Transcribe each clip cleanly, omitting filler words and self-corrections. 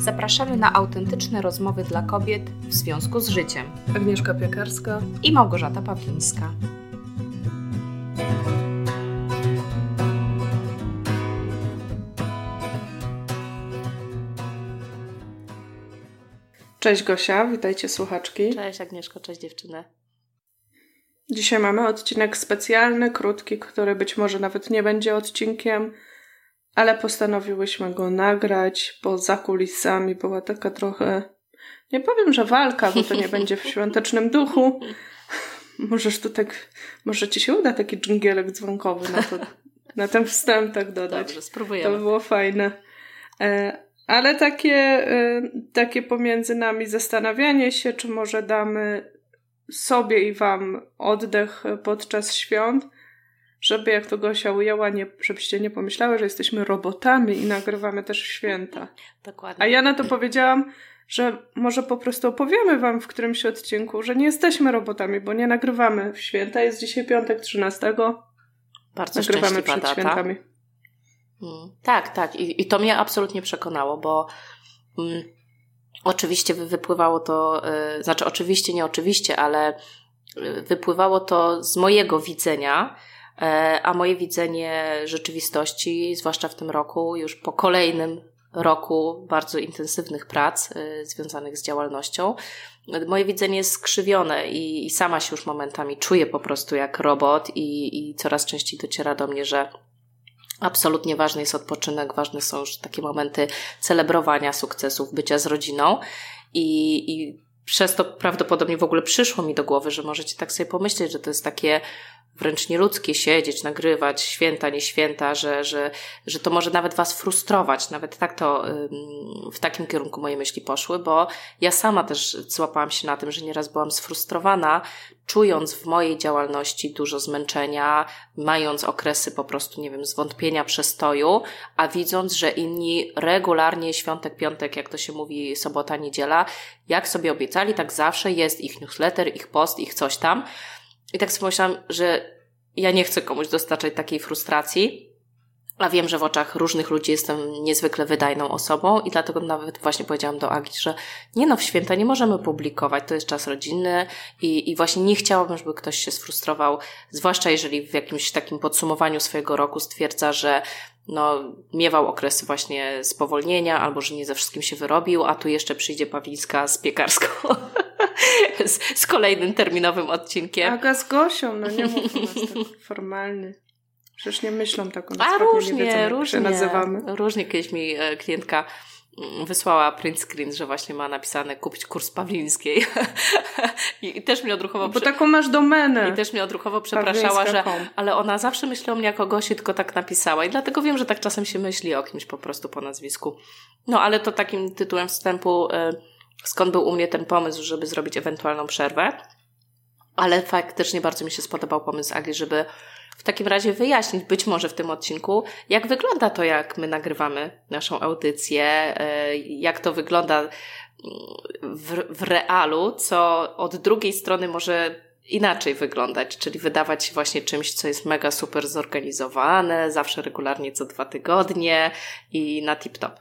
zapraszamy na autentyczne rozmowy dla kobiet w związku z życiem. Agnieszka Piekarska i Małgorzata Pawlińska. Cześć Gosia, witajcie słuchaczki. Cześć Agnieszko, cześć dziewczyny. Dzisiaj mamy odcinek specjalny, krótki, który być może nawet nie będzie odcinkiem, ale postanowiłyśmy go nagrać, bo za kulisami była taka trochę, nie powiem, że walka, bo to nie będzie w świątecznym duchu. Może ci się uda taki dżingielek dzwonkowy na ten wstęp tak dodać. Dobrze, spróbujemy. To by było fajne. Ale takie pomiędzy nami zastanawianie się, czy może damy sobie i wam oddech podczas świąt, żeby, jak to Gosia ujęła, żebyście nie pomyślały, że jesteśmy robotami i nagrywamy też w święta. Dokładnie. A ja na to powiedziałam, że może po prostu opowiemy wam w którymś odcinku, że nie jesteśmy robotami, bo nie nagrywamy w święta. Jest dzisiaj piątek 13. Bardzo nagrywamy szczęśliwa przed data. świętami. Tak. I to mnie absolutnie przekonało, bo oczywiście wypływało to, oczywiście, nie oczywiście, ale wypływało to z mojego widzenia, a moje widzenie rzeczywistości, zwłaszcza w tym roku, już po kolejnym roku bardzo intensywnych prac związanych z działalnością, moje widzenie jest skrzywione i sama się już momentami czuję po prostu jak robot i coraz częściej dociera do mnie, że absolutnie ważny jest odpoczynek, ważne są już takie momenty celebrowania sukcesów, bycia z rodziną i przez to prawdopodobnie w ogóle przyszło mi do głowy, że możecie tak sobie pomyśleć, że to jest takie wręcz nieludzkie siedzieć, nagrywać, święta, nie święta, że to może nawet was frustrować. Nawet tak to w takim kierunku moje myśli poszły, bo ja sama też złapałam się na tym, że nieraz byłam sfrustrowana, czując w mojej działalności dużo zmęczenia, mając okresy po prostu, nie wiem, zwątpienia, przestoju, a widząc, że inni regularnie świątek, piątek, jak to się mówi, sobota, niedziela, jak sobie obiecali, tak zawsze jest ich newsletter, ich post, ich coś tam. I tak sobie myślałam, że ja nie chcę komuś dostarczać takiej frustracji, a wiem, że w oczach różnych ludzi jestem niezwykle wydajną osobą i dlatego nawet właśnie powiedziałam do Agi, że w święta nie możemy publikować, to jest czas rodzinny i właśnie nie chciałabym, żeby ktoś się sfrustrował, zwłaszcza jeżeli w jakimś takim podsumowaniu swojego roku stwierdza, że miewał okresy właśnie spowolnienia albo że nie ze wszystkim się wyrobił, a tu jeszcze przyjdzie Pawlińska z Piekarską z kolejnym terminowym odcinkiem. Aga z Gosią, nie mów u nas tak formalnie. Przecież nie myślą tak o nas. A różnie, nie wiedzą, różnie. się nazywamy. Różnie kiedyś mi klientka wysłała print screen, że właśnie ma napisane kupić kurs Pawlińskiej. I też mnie odruchowo... Bo taką masz domenę. I też mnie odruchowo przepraszała, że ale ona zawsze myśli o mnie jako Gosi, tylko tak napisała. I dlatego wiem, że tak czasem się myśli o kimś po prostu po nazwisku. Ale to takim tytułem wstępu, skąd był u mnie ten pomysł, żeby zrobić ewentualną przerwę. Ale faktycznie bardzo mi się spodobał pomysł Agi, żeby w takim razie wyjaśnić, być może w tym odcinku, jak wygląda to, jak my nagrywamy naszą audycję, jak to wygląda w realu, co od drugiej strony może inaczej wyglądać, czyli wydawać się właśnie czymś, co jest mega super zorganizowane, zawsze regularnie co 2 tygodnie i na tip-top.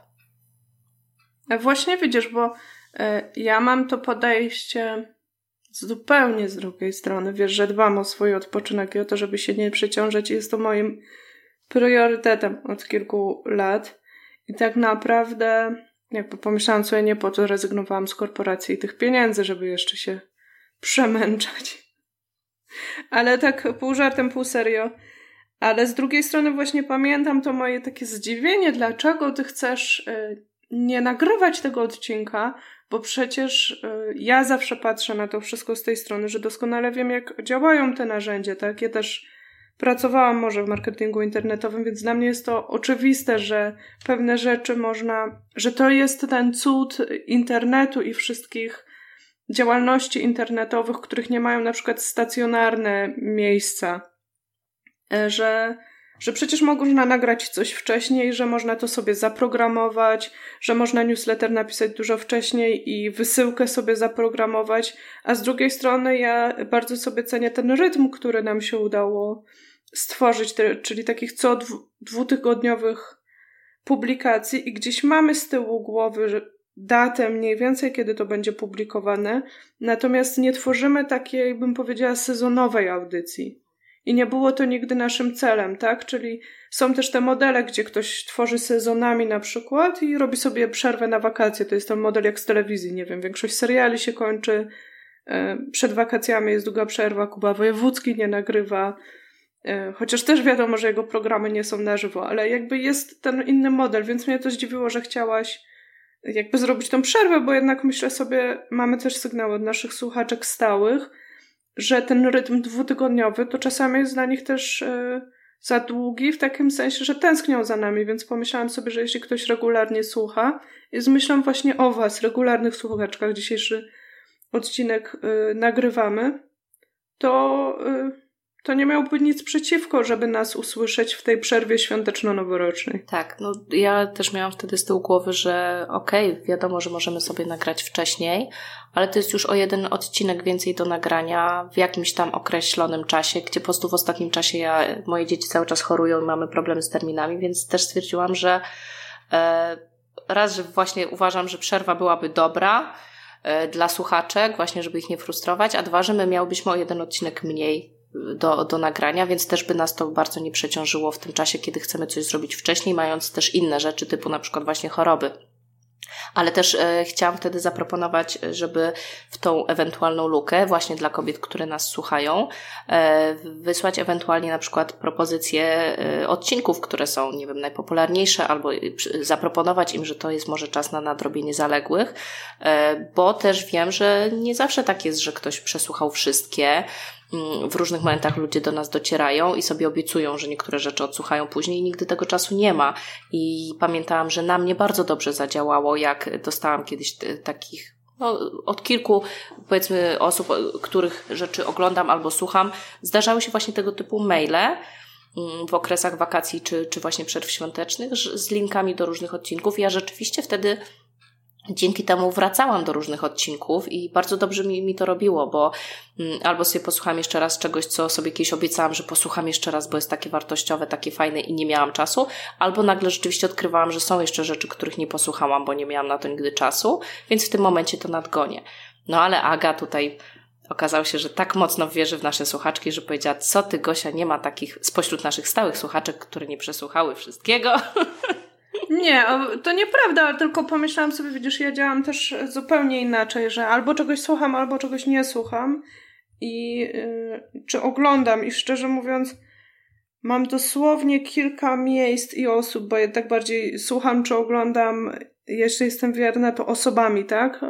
Właśnie widzisz, bo ja mam to podejście zupełnie z drugiej strony. Wiesz, że dbam o swój odpoczynek i o to, żeby się nie przeciążać. Jest to moim priorytetem od kilku lat. I tak naprawdę jakby pomyślałam sobie, nie po to rezygnowałam z korporacji i tych pieniędzy, żeby jeszcze się przemęczać. Ale tak pół żartem, pół serio. Ale z drugiej strony właśnie pamiętam to moje takie zdziwienie, dlaczego ty chcesz nie nagrywać tego odcinka, bo przecież ja zawsze patrzę na to wszystko z tej strony, że doskonale wiem, jak działają te narzędzia, tak? Ja też pracowałam może w marketingu internetowym, więc dla mnie jest to oczywiste, że pewne rzeczy że to jest ten cud internetu i wszystkich działalności internetowych, których nie mają na przykład stacjonarne miejsca, że przecież można nagrać coś wcześniej, że można to sobie zaprogramować, że można newsletter napisać dużo wcześniej i wysyłkę sobie zaprogramować, a z drugiej strony ja bardzo sobie cenię ten rytm, który nam się udało stworzyć, czyli takich co dwutygodniowych publikacji i gdzieś mamy z tyłu głowy, datę mniej więcej, kiedy to będzie publikowane, natomiast nie tworzymy takiej, bym powiedziała, sezonowej audycji. I nie było to nigdy naszym celem, tak? Czyli są też te modele, gdzie ktoś tworzy sezonami na przykład i robi sobie przerwę na wakacje. To jest ten model jak z telewizji, nie wiem, większość seriali się kończy, przed wakacjami jest długa przerwa, Kuba Wojewódzki nie nagrywa, chociaż też wiadomo, że jego programy nie są na żywo, ale jakby jest ten inny model, więc mnie to zdziwiło, że chciałaś jakby zrobić tą przerwę, bo jednak myślę sobie, mamy też sygnały od naszych słuchaczek stałych, że ten rytm 2-tygodniowy to czasami jest dla nich też za długi, w takim sensie, że tęsknią za nami, więc pomyślałam sobie, że jeśli ktoś regularnie słucha i z myślą właśnie o was, regularnych słuchaczkach, dzisiejszy odcinek nagrywamy, to nie miałby nic przeciwko, żeby nas usłyszeć w tej przerwie świąteczno-noworocznej. Tak, no ja też miałam wtedy z tyłu głowy, że okej, wiadomo, że możemy sobie nagrać wcześniej, ale to jest już o jeden odcinek więcej do nagrania w jakimś tam określonym czasie, gdzie po prostu w ostatnim czasie moje dzieci cały czas chorują i mamy problemy z terminami, więc też stwierdziłam, że raz, że właśnie uważam, że przerwa byłaby dobra dla słuchaczek, właśnie żeby ich nie frustrować, a dwa, że my miałybyśmy o jeden odcinek mniej do nagrania, więc też by nas to bardzo nie przeciążyło w tym czasie, kiedy chcemy coś zrobić wcześniej, mając też inne rzeczy, typu na przykład właśnie choroby. Ale też chciałam wtedy zaproponować, żeby w tą ewentualną lukę, właśnie dla kobiet, które nas słuchają, wysłać ewentualnie na przykład propozycje odcinków, które są, nie wiem, najpopularniejsze, albo zaproponować im, że to jest może czas na nadrobienie zaległych, bo też wiem, że nie zawsze tak jest, że ktoś przesłuchał wszystkie. W różnych momentach ludzie do nas docierają i sobie obiecują, że niektóre rzeczy odsłuchają później i nigdy tego czasu nie ma. I pamiętałam, że na mnie bardzo dobrze zadziałało, jak dostałam kiedyś takich, od kilku, powiedzmy, osób, których rzeczy oglądam albo słucham, zdarzały się właśnie tego typu maile w okresach wakacji czy właśnie przedświątecznych z linkami do różnych odcinków. Ja rzeczywiście wtedy dzięki temu wracałam do różnych odcinków i bardzo dobrze mi to robiło, bo albo sobie posłucham jeszcze raz czegoś, co sobie kiedyś obiecałam, że posłucham jeszcze raz, bo jest takie wartościowe, takie fajne i nie miałam czasu, albo nagle rzeczywiście odkrywałam, że są jeszcze rzeczy, których nie posłuchałam, bo nie miałam na to nigdy czasu, więc w tym momencie to nadgonię. No ale Aga tutaj okazało się, że tak mocno wierzy w nasze słuchaczki, że powiedziała, co ty, Gosia, nie ma takich spośród naszych stałych słuchaczek, które nie przesłuchały wszystkiego. Nie, to nieprawda, ale tylko pomyślałam sobie, widzisz, ja działam też zupełnie inaczej, że albo czegoś słucham, albo czegoś nie słucham czy oglądam i szczerze mówiąc mam dosłownie kilka miejsc i osób, bo ja tak bardziej słucham czy oglądam, jeśli jestem wierna, to osobami, tak?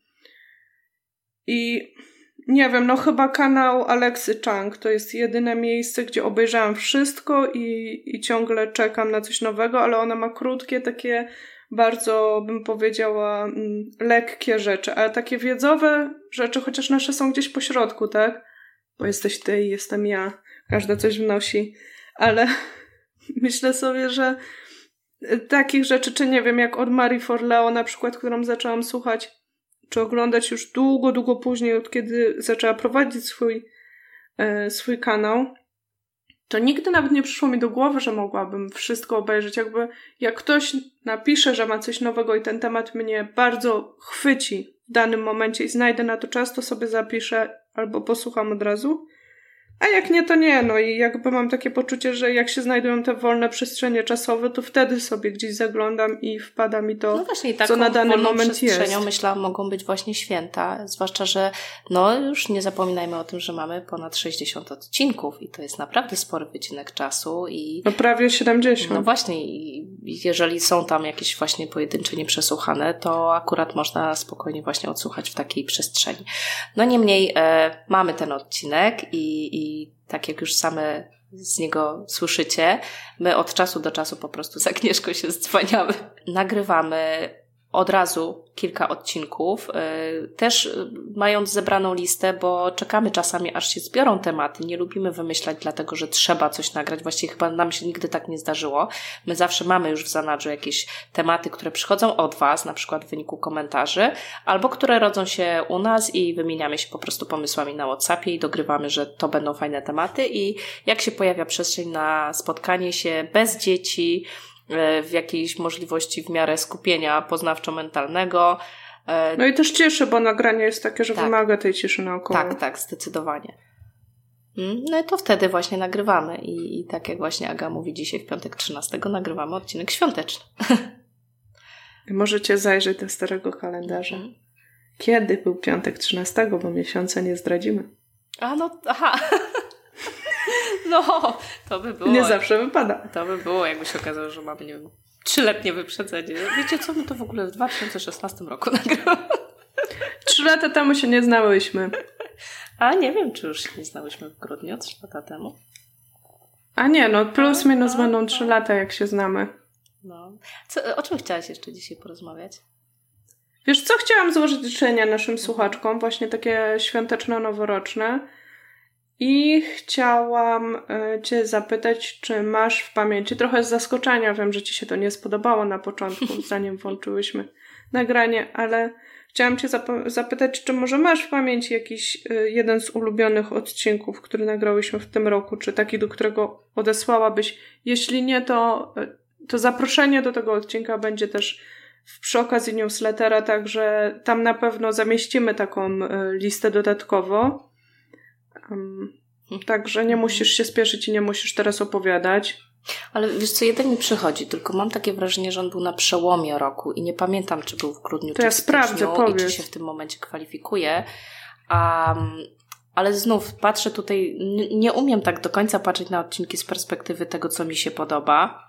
I nie wiem, chyba kanał Aleksy Chang to jest jedyne miejsce, gdzie obejrzałam wszystko i ciągle czekam na coś nowego, ale ona ma krótkie, takie bardzo, bym powiedziała, lekkie rzeczy, ale takie wiedzowe rzeczy, chociaż nasze są gdzieś po środku, tak? Bo jesteś ty i jestem ja, każda coś wnosi, ale myślę sobie, że takich rzeczy, czy nie wiem, jak od Marie Forleo na przykład, którą zaczęłam słuchać czy oglądać już długo, długo później, od kiedy zaczęła prowadzić swój kanał, to nigdy nawet nie przyszło mi do głowy, że mogłabym wszystko obejrzeć. Jakby jak ktoś napisze, że ma coś nowego i ten temat mnie bardzo chwyci w danym momencie i znajdę na to czas, to sobie zapiszę albo posłucham od razu. A jak nie, to nie. No i jakby mam takie poczucie, że jak się znajdują te wolne przestrzenie czasowe, to wtedy sobie gdzieś zaglądam i wpada mi to, właśnie, co na dany moment jest. Myślałam, mogą być właśnie święta, zwłaszcza, że już nie zapominajmy o tym, że mamy ponad 60 odcinków i to jest naprawdę spory wycinek czasu. Prawie 70. No właśnie, i jeżeli są tam jakieś właśnie pojedyncze nieprzesłuchane, to akurat można spokojnie właśnie odsłuchać w takiej przestrzeni. No niemniej mamy ten odcinek i tak jak już same z niego słyszycie, my od czasu do czasu po prostu z Agnieszką się zdzwaniamy. Nagrywamy od razu kilka odcinków, też mając zebraną listę, bo czekamy czasami, aż się zbiorą tematy. Nie lubimy wymyślać dlatego, że trzeba coś nagrać. Właściwie chyba nam się nigdy tak nie zdarzyło. My zawsze mamy już w zanadrzu jakieś tematy, które przychodzą od was, na przykład w wyniku komentarzy, albo które rodzą się u nas i wymieniamy się po prostu pomysłami na WhatsAppie i dogrywamy, że to będą fajne tematy i jak się pojawia przestrzeń na spotkanie się bez dzieci, w jakiejś możliwości w miarę skupienia poznawczo-mentalnego. No i też cieszy, bo nagranie jest takie, że wymaga tej ciszy naokoło. Tak, zdecydowanie. No i to wtedy właśnie nagrywamy i tak jak właśnie Aga mówi, dzisiaj w piątek 13 nagrywamy odcinek świąteczny. Możecie zajrzeć do starego kalendarza. Kiedy był piątek 13, bo miesiąca nie zdradzimy. No, to by było. Nie zawsze wypada. To by było, jakby się okazało, że mamy, nie wiem, 3-letnie wyprzedzenie. Wiecie co, my to w ogóle w 2016 roku nagrywamy. 3 lata temu się nie znałyśmy. A nie wiem, czy już się nie znałyśmy w grudniu 3 lata temu. A nie, no plus minus będą 3 lata, jak się znamy. No. O czym chciałaś jeszcze dzisiaj porozmawiać? Wiesz co, chciałam złożyć życzenia naszym słuchaczkom, właśnie takie świąteczno-noworoczne. I chciałam Cię zapytać, czy masz w pamięci, trochę z zaskoczenia, wiem, że Ci się to nie spodobało na początku, zanim włączyłyśmy nagranie, ale chciałam Cię zapytać, czy może masz w pamięci jakiś jeden z ulubionych odcinków, który nagrałyśmy w tym roku, czy taki, do którego odesłałabyś? Jeśli nie, to zaproszenie do tego odcinka będzie też przy okazji newslettera, także tam na pewno zamieścimy taką listę dodatkowo. Także nie musisz się spieszyć i nie musisz teraz opowiadać. Ale wiesz co, jeden mi przychodzi, tylko mam takie wrażenie, że on był na przełomie roku i nie pamiętam, czy był w grudniu, czy ja w styczniu sprawdzę, powiedz. I czy się w tym momencie kwalifikuje. Ale znów patrzę tutaj, nie umiem tak do końca patrzeć na odcinki z perspektywy tego, co mi się podoba,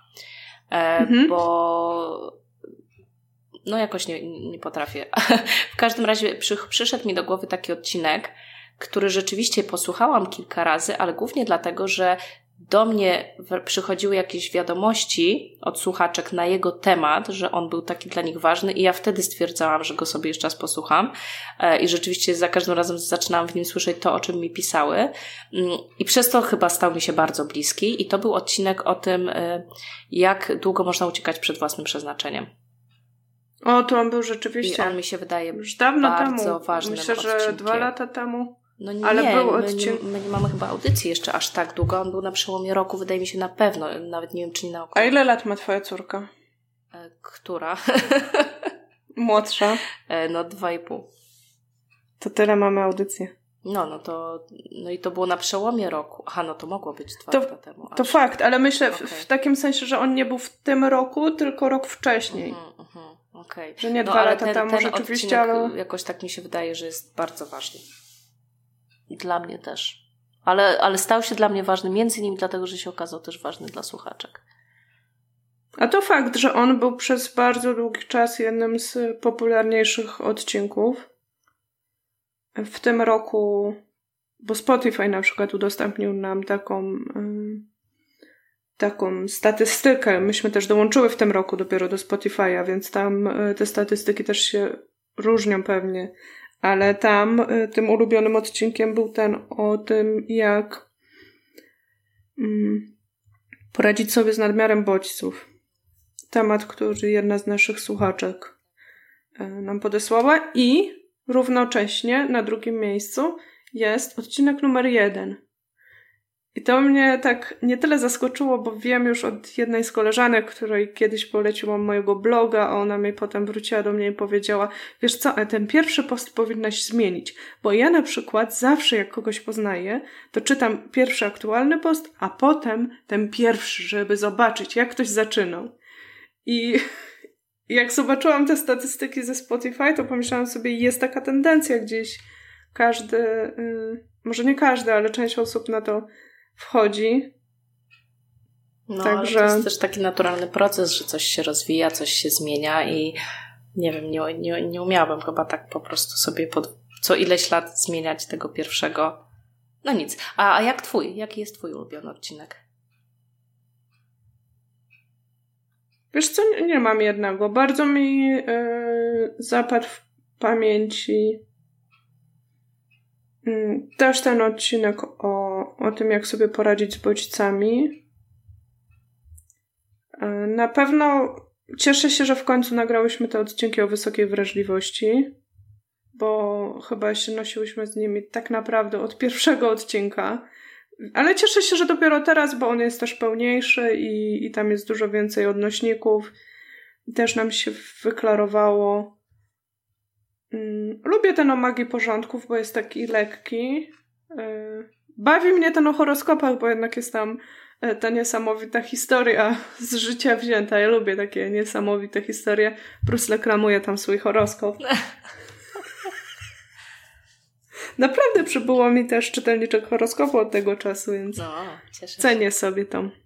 bo no jakoś nie potrafię. W każdym razie przyszedł mi do głowy taki odcinek, który rzeczywiście posłuchałam kilka razy, ale głównie dlatego, że do mnie przychodziły jakieś wiadomości od słuchaczek na jego temat, że on był taki dla nich ważny i ja wtedy stwierdzałam, że go sobie jeszcze raz posłucham i rzeczywiście za każdym razem zaczynałam w nim słyszeć to, o czym mi pisały i przez to chyba stał mi się bardzo bliski i to był odcinek o tym, jak długo można uciekać przed własnym przeznaczeniem. O, to on był rzeczywiście. I on mi się wydaje już dawno bardzo temu. ważnym Myślę, że odcinkiem. 2 lata temu. No nie, ale był my nie mamy chyba audycji jeszcze aż tak długo. On był na przełomie roku, wydaje mi się na pewno. Nawet nie wiem, czy nie na około. A ile lat ma twoja córka? Która? Młodsza. No 2,5. To tyle mamy audycję. No i to było na przełomie roku. Aha, no to mogło być 2 lata temu. To fakt, ale myślę w takim sensie, że on nie był w tym roku, tylko rok wcześniej. Okay. Że nie 2 lata temu rzeczywiście, ale jakoś tak mi się wydaje, że jest bardzo ważny. Dla mnie też. Ale stał się dla mnie ważny między innymi dlatego, że się okazał też ważny dla słuchaczek. A to fakt, że on był przez bardzo długi czas jednym z popularniejszych odcinków. W tym roku, bo Spotify na przykład udostępnił nam taką statystykę. Myśmy też dołączyły w tym roku dopiero do Spotify'a, więc tam te statystyki też się różnią pewnie. Ale tam tym ulubionym odcinkiem był ten o tym, jak poradzić sobie z nadmiarem bodźców. Temat, który jedna z naszych słuchaczek nam podesłała i równocześnie na drugim miejscu jest odcinek numer 1. I to mnie tak nie tyle zaskoczyło, bo wiem już od jednej z koleżanek, której kiedyś poleciłam mojego bloga, a ona mi potem wróciła do mnie i powiedziała, wiesz co, ten pierwszy post powinnaś zmienić, bo ja na przykład zawsze jak kogoś poznaję, to czytam pierwszy aktualny post, a potem ten pierwszy, żeby zobaczyć, jak ktoś zaczynał. I jak zobaczyłam te statystyki ze Spotify, to pomyślałam sobie, jest taka tendencja gdzieś, może nie każdy, ale część osób na to wchodzi. No, także ale to jest też taki naturalny proces, że coś się rozwija, coś się zmienia i nie wiem, nie umiałabym chyba tak po prostu sobie co ileś lat zmieniać tego pierwszego. No nic. A jaki jest twój ulubiony odcinek? Wiesz co, nie mam jednego. Bardzo mi zapadł w pamięci też ten odcinek o tym, jak sobie poradzić z bodźcami. Na pewno cieszę się, że w końcu nagrałyśmy te odcinki o wysokiej wrażliwości, bo chyba się nosiłyśmy z nimi tak naprawdę od pierwszego odcinka, Ale cieszę się, że dopiero teraz, bo on jest też pełniejszy i tam jest dużo więcej odnośników. Też nam się wyklarowało. Lubię ten o magii porządków, bo jest taki lekki. Bawi mnie ten o horoskopach, bo jednak jest tam ta niesamowita historia z życia wzięta. Ja lubię takie niesamowite historie. Bruce reklamuje tam swój horoskop. Naprawdę przybyło mi też czytelniczek horoskopu od tego czasu, więc cenię sobie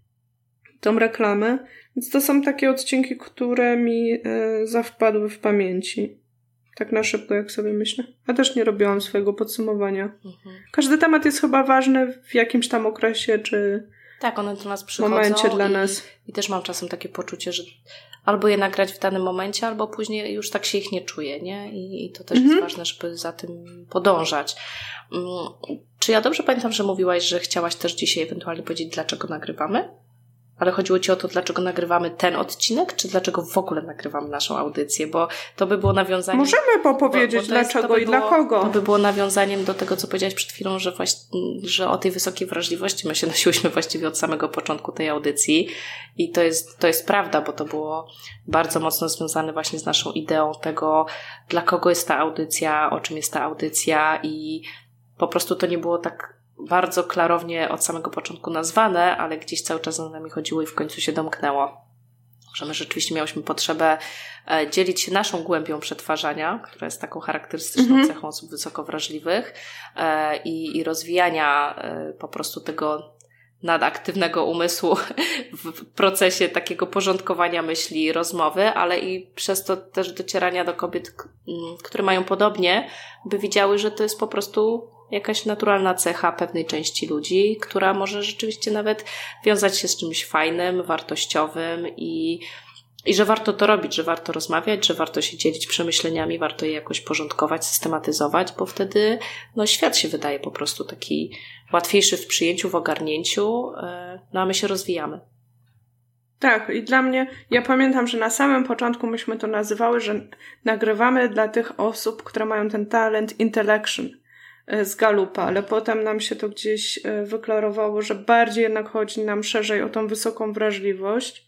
tą reklamę. Więc to są takie odcinki, które mi zawpadły w pamięci. Tak na szybko, jak sobie myślę. A też nie robiłam swojego podsumowania. Każdy temat jest chyba ważny w jakimś tam okresie, czy tak, one do nas przychodzą momencie dla nas. I też mam czasem takie poczucie, że albo je nagrać w danym momencie, albo później już tak się ich nie czuję, nie? I to też jest ważne, żeby za tym podążać. Czy ja dobrze pamiętam, że mówiłaś, że chciałaś też dzisiaj ewentualnie powiedzieć, dlaczego nagrywamy? Ale chodziło ci o to, dlaczego nagrywamy ten odcinek, czy dlaczego w ogóle nagrywamy naszą audycję? Bo to by było nawiązaniem... Możemy powiedzieć dlaczego i dla kogo. To by było nawiązaniem do tego, co powiedziałaś przed chwilą, że o tej wysokiej wrażliwości my się nosiłyśmy właściwie od samego początku tej audycji. I to jest prawda, bo to było bardzo mocno związane właśnie z naszą ideą tego, dla kogo jest ta audycja, o czym jest ta audycja i po prostu to nie było tak bardzo klarownie od samego początku nazwane, ale gdzieś cały czas za nami chodziło i w końcu się domknęło. Że my rzeczywiście miałyśmy potrzebę dzielić się naszą głębią przetwarzania, która jest taką charakterystyczną cechą osób wysoko wrażliwych i rozwijania po prostu tego nadaktywnego umysłu w procesie takiego porządkowania myśli, rozmowy, ale i przez to też docierania do kobiet, które mają podobnie, by widziały, że to jest po prostu jakaś naturalna cecha pewnej części ludzi, która może rzeczywiście nawet wiązać się z czymś fajnym, wartościowym i że warto to robić, że warto rozmawiać, że warto się dzielić przemyśleniami, warto je jakoś porządkować, systematyzować, bo wtedy świat się wydaje po prostu taki łatwiejszy w przyjęciu, w ogarnięciu, a my się rozwijamy. Tak, i dla mnie, ja pamiętam, że na samym początku myśmy to nazywały, że nagrywamy dla tych osób, które mają ten talent intellection z Galupa, ale potem nam się to gdzieś wyklarowało, że bardziej jednak chodzi nam szerzej o tą wysoką wrażliwość.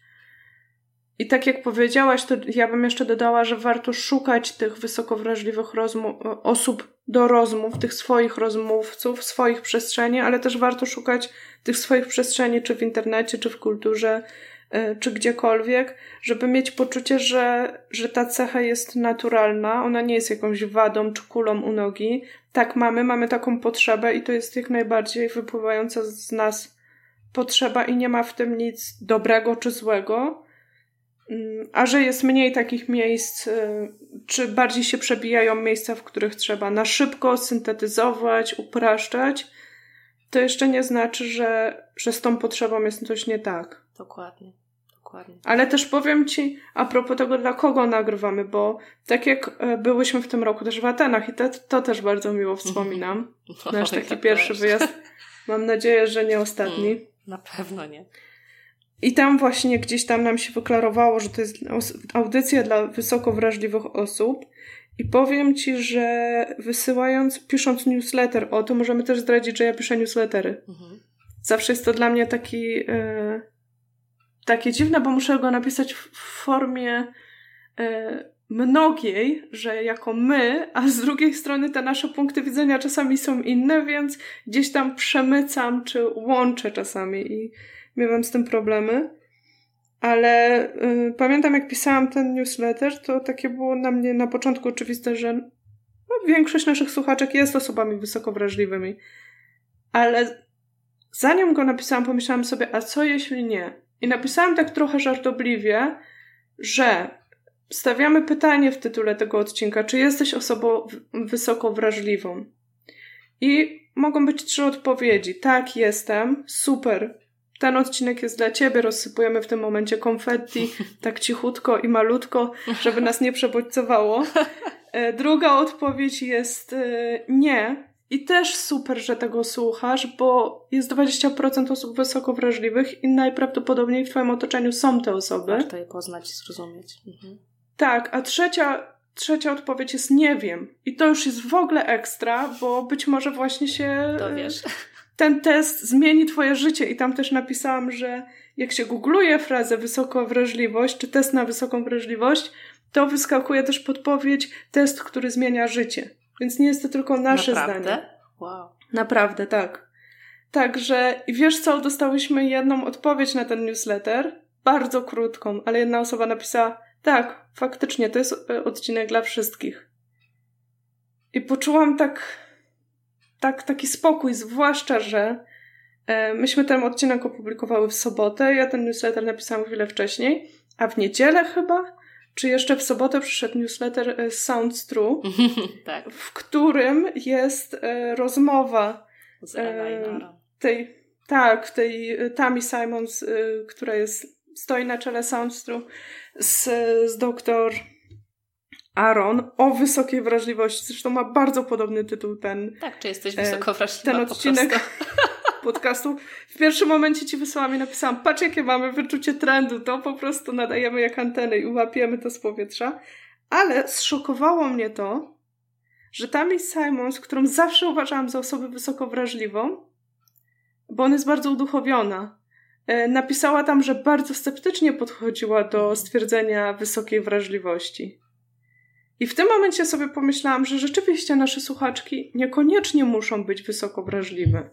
I tak jak powiedziałaś, to ja bym jeszcze dodała, że warto szukać tych wysoko wrażliwych osób do rozmów, tych swoich rozmówców, swoich przestrzeni, ale też warto szukać tych swoich przestrzeni, czy w internecie, czy w kulturze, czy gdziekolwiek, żeby mieć poczucie, że ta cecha jest naturalna, ona nie jest jakąś wadą czy kulą u nogi. Tak mamy taką potrzebę i to jest jak najbardziej wypływająca z nas potrzeba i nie ma w tym nic dobrego czy złego. A że jest mniej takich miejsc, czy bardziej się przebijają miejsca, w których trzeba na szybko syntetyzować, upraszczać, to jeszcze nie znaczy, że z tą potrzebą jest coś nie tak. Dokładnie. Ale też powiem Ci, a propos tego, dla kogo nagrywamy, bo tak jak byłyśmy w tym roku też w Atenach i to też bardzo miło wspominam. Nasz taki pierwszy wyjazd. Mam nadzieję, że nie ostatni. Na pewno nie. I tam właśnie gdzieś tam nam się wyklarowało, że to jest audycja dla wysoko wrażliwych osób. I powiem Ci, że pisząc newsletter, to możemy też zdradzić, że ja piszę newslettery. Zawsze jest to dla mnie takie dziwne, bo muszę go napisać w formie mnogiej, że jako my, a z drugiej strony te nasze punkty widzenia czasami są inne, więc gdzieś tam przemycam czy łączę czasami i miałam z tym problemy. Ale pamiętam, jak pisałam ten newsletter, to takie było na mnie na początku oczywiste, że większość naszych słuchaczek jest osobami wysoko wrażliwymi. Ale zanim go napisałam, pomyślałam sobie, a co jeśli nie? I napisałam tak trochę żartobliwie, że stawiamy pytanie w tytule tego odcinka, czy jesteś osobą wysoko wrażliwą? I mogą być 3 odpowiedzi. Tak, jestem. Super. Ten odcinek jest dla Ciebie. Rozsypujemy w tym momencie konfetti tak cichutko i malutko, żeby nas nie przebodźcowało. Druga odpowiedź jest nie. I też super, że tego słuchasz, bo jest 20% osób wysoko wrażliwych i najprawdopodobniej w Twoim otoczeniu są te osoby. Warto je poznać i zrozumieć. Tak, a trzecia odpowiedź jest nie wiem. I to już jest w ogóle ekstra, bo być może właśnie się dowiesz. ten test zmieni twoje życie i tam też napisałam, że jak się googluje frazę wysoka wrażliwość, czy test na wysoką wrażliwość, to wyskakuje też podpowiedź test, który zmienia życie. Więc nie jest to tylko nasze zdanie. Wow. Naprawdę, tak. Także, i wiesz co, dostałyśmy jedną odpowiedź na ten newsletter, bardzo krótką, ale jedna osoba napisała, tak, faktycznie, to jest odcinek dla wszystkich. I poczułam taki spokój, zwłaszcza, że myśmy ten odcinek opublikowały w sobotę, ja ten newsletter napisałam chwilę wcześniej, a w niedzielę chyba, czy jeszcze w sobotę przyszedł newsletter Sounds True, tak. w którym jest rozmowa z Elaine tej Tammy Simons, która stoi na czele Sounds True z doktor Aaron o wysokiej wrażliwości. Zresztą ma bardzo podobny tytuł Tak, czy jesteś wysoko wrażliwa ten odcinek podcastu. W pierwszym momencie ci wysłałam i napisałam, patrz jakie mamy wyczucie trendu, to po prostu nadajemy jak anteny i łapiemy to z powietrza. Ale zszokowało mnie to, że Tammy Simons, którą zawsze uważałam za osobę wysoko wrażliwą, bo ona jest bardzo uduchowiona, napisała tam, że bardzo sceptycznie podchodziła do stwierdzenia wysokiej wrażliwości. I w tym momencie sobie pomyślałam, że rzeczywiście nasze słuchaczki niekoniecznie muszą być wysoko wrażliwe.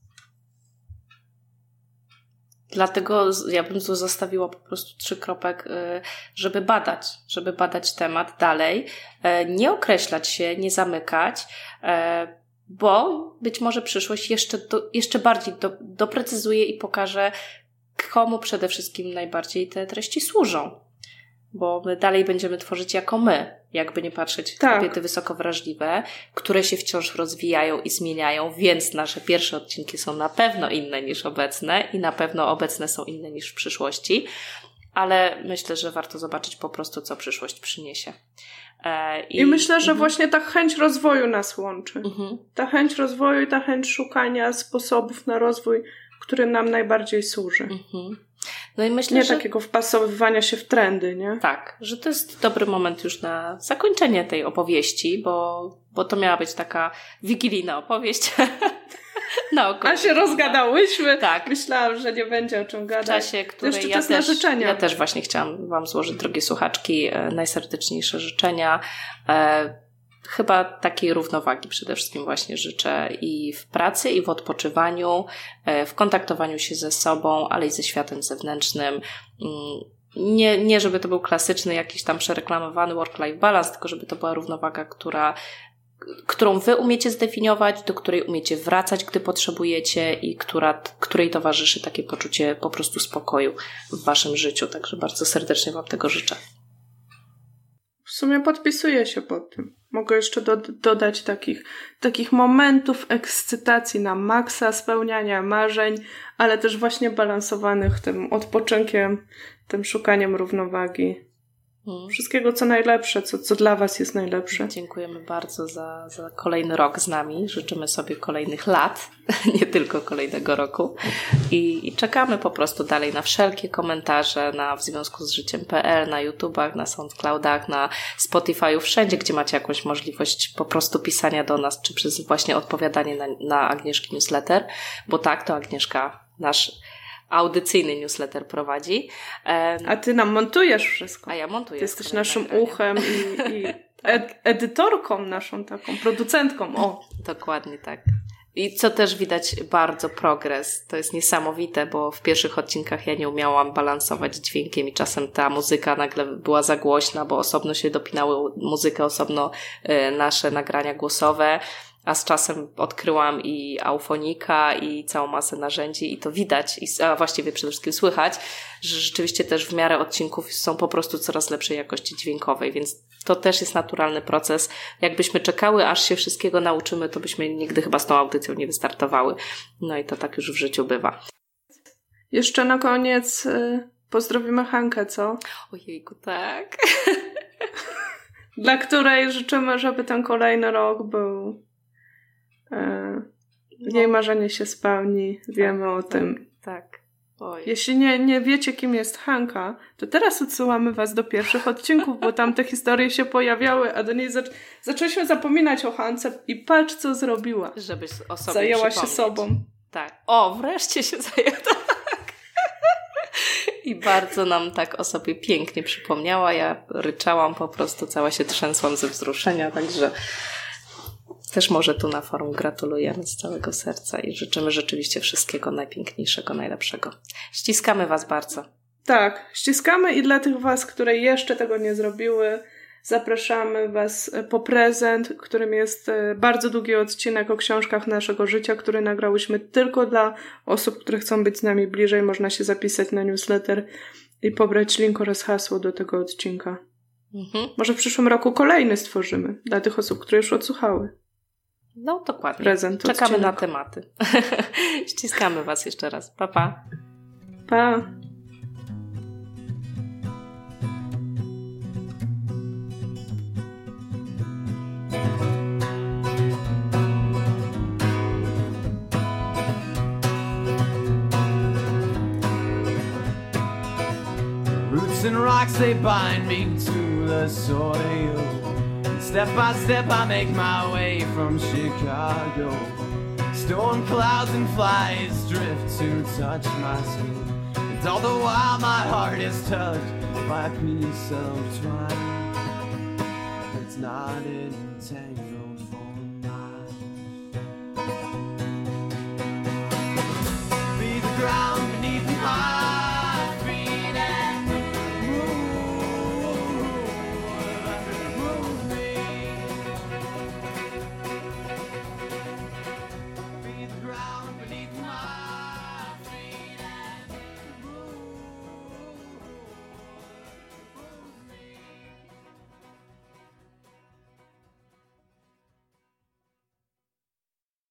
Dlatego ja bym tu zostawiła po prostu 3 kropek, żeby badać temat dalej, nie określać się, nie zamykać, bo być może przyszłość jeszcze bardziej doprecyzuje i pokaże, komu przede wszystkim najbardziej te treści służą. Bo my dalej będziemy tworzyć jako my, jakby nie patrzeć, kobiety wysoko wrażliwe, które się wciąż rozwijają i zmieniają, więc nasze pierwsze odcinki są na pewno inne niż obecne i na pewno obecne są inne niż w przyszłości, ale myślę, że warto zobaczyć po prostu, co przyszłość przyniesie. I myślę, że właśnie ta chęć rozwoju nas łączy. Ta chęć rozwoju i ta chęć szukania sposobów na rozwój, który nam najbardziej służy. No i myślę, że takiego wpasowywania się w trendy, nie? Tak, że to jest dobry moment już na zakończenie tej opowieści, bo to miała być taka wigilijna opowieść. A się rozgadałyśmy. Tak. Myślałam, że nie będzie o czym gadać. W czasie, której ja też właśnie chciałam wam złożyć, drogie słuchaczki, najserdeczniejsze życzenia. Chyba takiej równowagi przede wszystkim właśnie życzę i w pracy, i w odpoczywaniu, w kontaktowaniu się ze sobą, ale i ze światem zewnętrznym. Nie żeby to był klasyczny, jakiś tam przereklamowany work-life balance, tylko żeby to była równowaga, którą wy umiecie zdefiniować, do której umiecie wracać, gdy potrzebujecie i której towarzyszy takie poczucie po prostu spokoju w waszym życiu. Także bardzo serdecznie wam tego życzę. W sumie podpisuję się pod tym. Mogę jeszcze dodać takich momentów ekscytacji na maksa, spełniania marzeń, ale też właśnie balansowanych tym odpoczynkiem, tym szukaniem równowagi. Wszystkiego, co najlepsze, co dla was jest najlepsze. Dziękujemy bardzo za kolejny rok z nami. Życzymy sobie kolejnych lat, nie tylko kolejnego roku. I czekamy po prostu dalej na wszelkie komentarze w związku z życiem.pl, na YouTubach, na SoundCloudach, na Spotify'u, wszędzie, gdzie macie jakąś możliwość po prostu pisania do nas, czy przez właśnie odpowiadanie na Agnieszki newsletter, bo tak, to Agnieszka nasz audycyjny newsletter prowadzi. A ty nam montujesz wszystko. A ja montuję. Ty jesteś naszym uchem i edytorką naszą taką, producentką. O. Dokładnie tak. I co też widać bardzo progres. To jest niesamowite, bo w pierwszych odcinkach ja nie umiałam balansować dźwiękiem i czasem ta muzyka nagle była za głośna, bo osobno się dopinały muzykę, osobno nasze nagrania głosowe. A z czasem odkryłam i Aufonika i całą masę narzędzi i to widać, a właściwie przede wszystkim słychać, że rzeczywiście też w miarę odcinków są po prostu coraz lepszej jakości dźwiękowej, więc to też jest naturalny proces. Jakbyśmy czekały, aż się wszystkiego nauczymy, to byśmy nigdy chyba z tą audycją nie wystartowały. No i to tak już w życiu bywa. Jeszcze na koniec pozdrowimy Hankę, co? Ojejku, tak. Dla której życzymy, żeby ten kolejny rok był jej marzenie się spełni. Wiemy o tym. Tak. Oj. Jeśli nie wiecie, kim jest Hanka, to teraz odsyłamy was do pierwszych odcinków, bo tam te historie się pojawiały, a do niej zaczęliśmy zapominać o Hance i patrz, co zrobiła. Żeby o sobie zajęła przypomnieć. się sobą. Tak. O, wreszcie się zajęła. Tak. I bardzo nam tak o sobie pięknie przypomniała. Ja ryczałam po prostu, cała się trzęsłam ze wzruszenia, także też może tu na forum gratulujemy z całego serca i życzymy rzeczywiście wszystkiego najpiękniejszego, najlepszego. Ściskamy Was bardzo. Tak, ściskamy i dla tych Was, które jeszcze tego nie zrobiły, zapraszamy Was po prezent, którym jest bardzo długi odcinek o książkach naszego życia, który nagrałyśmy tylko dla osób, które chcą być z nami bliżej. Można się zapisać na newsletter i pobrać link oraz hasło do tego odcinka. Może w przyszłym roku kolejny stworzymy dla tych osób, które już odsłuchały. No dokładnie. Prezent, czekamy odcinek. na tematy. Ściskamy Was jeszcze raz. Pa, pa. Pa. Roots and rocks, they bind me to the soil. Step by step I make my way from Chicago. Storm clouds and flies drift to touch my skin. And all the while my heart is touched by a piece of twine. It's not entangled.